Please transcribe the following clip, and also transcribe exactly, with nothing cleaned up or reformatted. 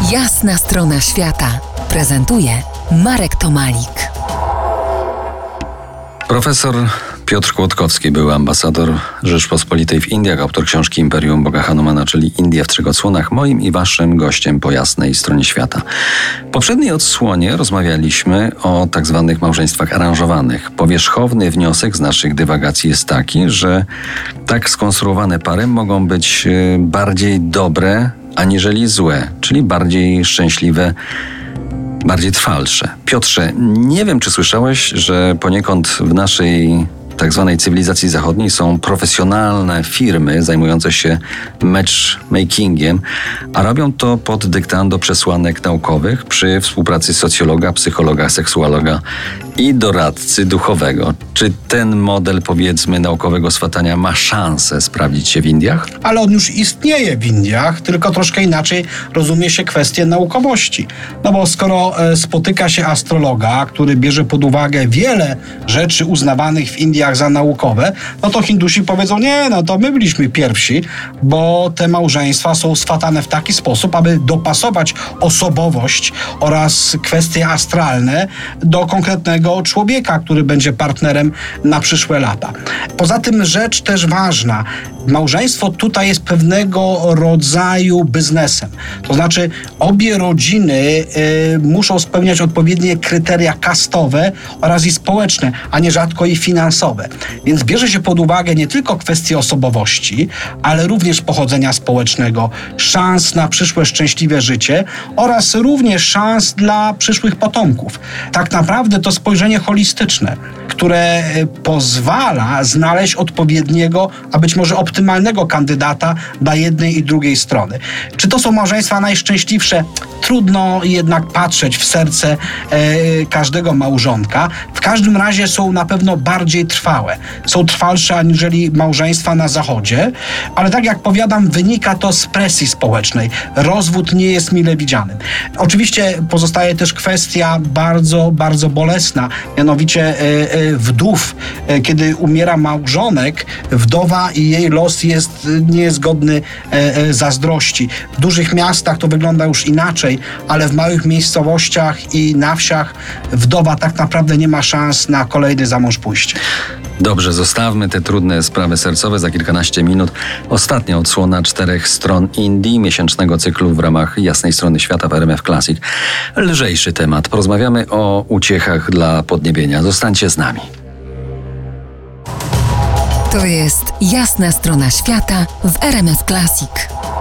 Jasna strona świata prezentuje Marek Tomalik. Profesor Piotr Kłodkowski, był ambasador Rzeczpospolitej w Indiach, autor książki Imperium Boga Hanumana, czyli Indie w trzech odsłonach, moim i waszym gościem po jasnej stronie świata. W poprzedniej odsłonie rozmawialiśmy o tak zwanych małżeństwach aranżowanych. Powierzchowny wniosek z naszych dywagacji jest taki, że tak skonstruowane pary mogą być bardziej dobre aniżeli złe, czyli bardziej szczęśliwe, bardziej trwalsze. Piotrze, nie wiem, czy słyszałeś, że poniekąd w naszej tak zwanej cywilizacji zachodniej są profesjonalne firmy zajmujące się matchmakingiem, a robią to pod dyktando przesłanek naukowych przy współpracy socjologa, psychologa, seksuologa i doradcy duchowego. Czy ten model, powiedzmy, naukowego swatania ma szansę sprawdzić się w Indiach? Ale on już istnieje w Indiach, tylko troszkę inaczej rozumie się kwestię naukowości. No bo skoro spotyka się astrologa, który bierze pod uwagę wiele rzeczy uznawanych w Indiach za naukowe, no to Hindusi powiedzą, nie, no to my byliśmy pierwsi, bo te małżeństwa są swatane w taki sposób, aby dopasować osobowość oraz kwestie astralne do konkretnego człowieka, który będzie partnerem na przyszłe lata. Poza tym rzecz też ważna. Małżeństwo tutaj jest pewnego rodzaju biznesem. To znaczy obie rodziny y, muszą spełniać odpowiednie kryteria kastowe oraz i społeczne, a nierzadko i finansowe. Więc bierze się pod uwagę nie tylko kwestie osobowości, ale również pochodzenia społecznego, szans na przyszłe szczęśliwe życie oraz również szans dla przyszłych potomków. Tak naprawdę to spojrzenie holistyczne, które pozwala znaleźć odpowiedniego, a być może optymalnego kandydata dla jednej i drugiej strony. Czy to są małżeństwa najszczęśliwsze? Trudno jednak patrzeć w serce e, każdego małżonka. W każdym razie są na pewno bardziej trwałe. Są trwalsze aniżeli małżeństwa na zachodzie, ale tak jak powiadam, wynika to z presji społecznej. Rozwód nie jest mile widziany. Oczywiście pozostaje też kwestia bardzo, bardzo bolesna, mianowicie e, e, wdów. E, kiedy umiera małżonek, wdowa i jej los jest niezgodny e, e, zazdrości. W dużych miastach to wygląda już inaczej, ale w małych miejscowościach i na wsiach wdowa tak naprawdę nie ma szans na kolejny za mąż pójście. Dobrze, zostawmy te trudne sprawy sercowe. Za kilkanaście minut ostatnia odsłona czterech stron Indii, miesięcznego cyklu w ramach Jasnej Strony Świata w R M F Classic. Lżejszy temat. Porozmawiamy o uciechach dla podniebienia. Zostańcie z nami. To jest Jasna Strona Świata w R M F Classic.